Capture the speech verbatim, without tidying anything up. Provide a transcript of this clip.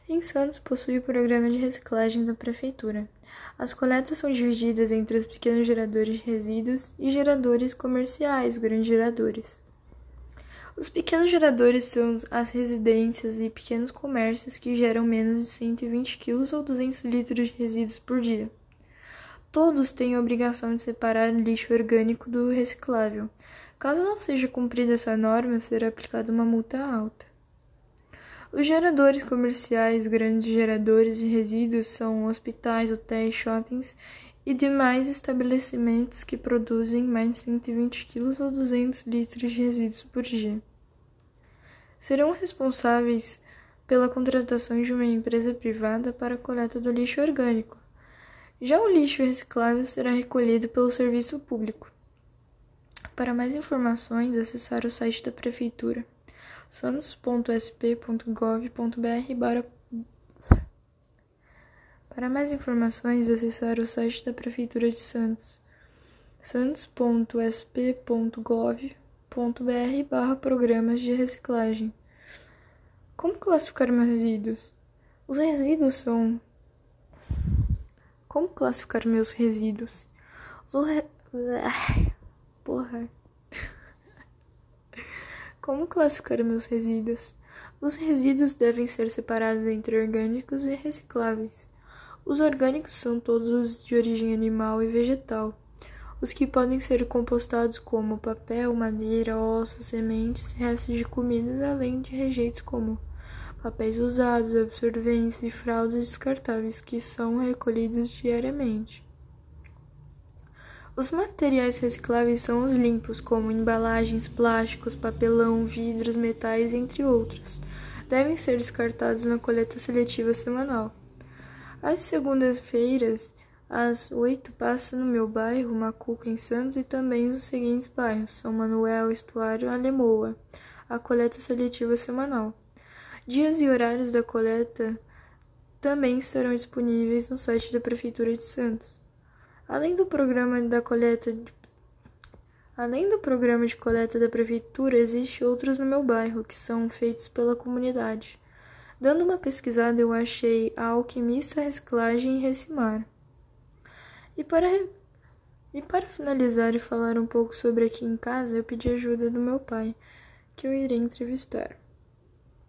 Em Santos possui o programa de reciclagem da prefeitura. As coletas são divididas entre os pequenos geradores de resíduos e geradores comerciais, grandes geradores. Os pequenos geradores são as residências e pequenos comércios que geram menos de cento e vinte quilos ou duzentos litros de resíduos por dia. Todos têm a obrigação de separar o lixo orgânico do reciclável. Caso não seja cumprida essa norma, será aplicada uma multa alta. Os geradores comerciais, grandes geradores de resíduos, são hospitais, hotéis, shoppings e demais estabelecimentos que produzem mais de cento e vinte quilos ou duzentos litros de resíduos por dia. Serão responsáveis pela contratação de uma empresa privada para a coleta do lixo orgânico. Já o lixo reciclável será recolhido pelo serviço público. Para mais informações, acessar o site da Prefeitura, santos ponto s p ponto gov ponto b r barra... Para mais informações, acessar o site da Prefeitura de Santos, santos ponto s p ponto gov ponto b r barra programas de reciclagem. Como classificar meus resíduos? Os resíduos são... Como classificar meus resíduos? Os re... Porra... Como classificar meus resíduos? Os resíduos devem ser separados entre orgânicos e recicláveis. Os orgânicos são todos os de origem animal e vegetal. Os que podem ser compostados como papel, madeira, ossos, sementes, restos de comidas, além de rejeitos como papéis usados, absorventes e fraldas descartáveis, que são recolhidos diariamente. Os materiais recicláveis são os limpos, como embalagens, plásticos, papelão, vidros, metais, entre outros. Devem ser descartados na coleta seletiva semanal. Às segundas-feiras, às oito, passa no meu bairro, Macuca, em Santos, e também nos seguintes bairros, São Manuel, Estuário, Alemoa, a coleta seletiva semanal. Dias e horários da coleta também estarão disponíveis no site da Prefeitura de Santos. Além do programa da coleta de... Além do programa de coleta da prefeitura, existem outros no meu bairro que são feitos pela comunidade. Dando uma pesquisada, eu achei a Alquimista Reciclagem em Recimar. E para e para finalizar e falar um pouco sobre aqui em casa, eu pedi ajuda do meu pai, que eu irei entrevistar.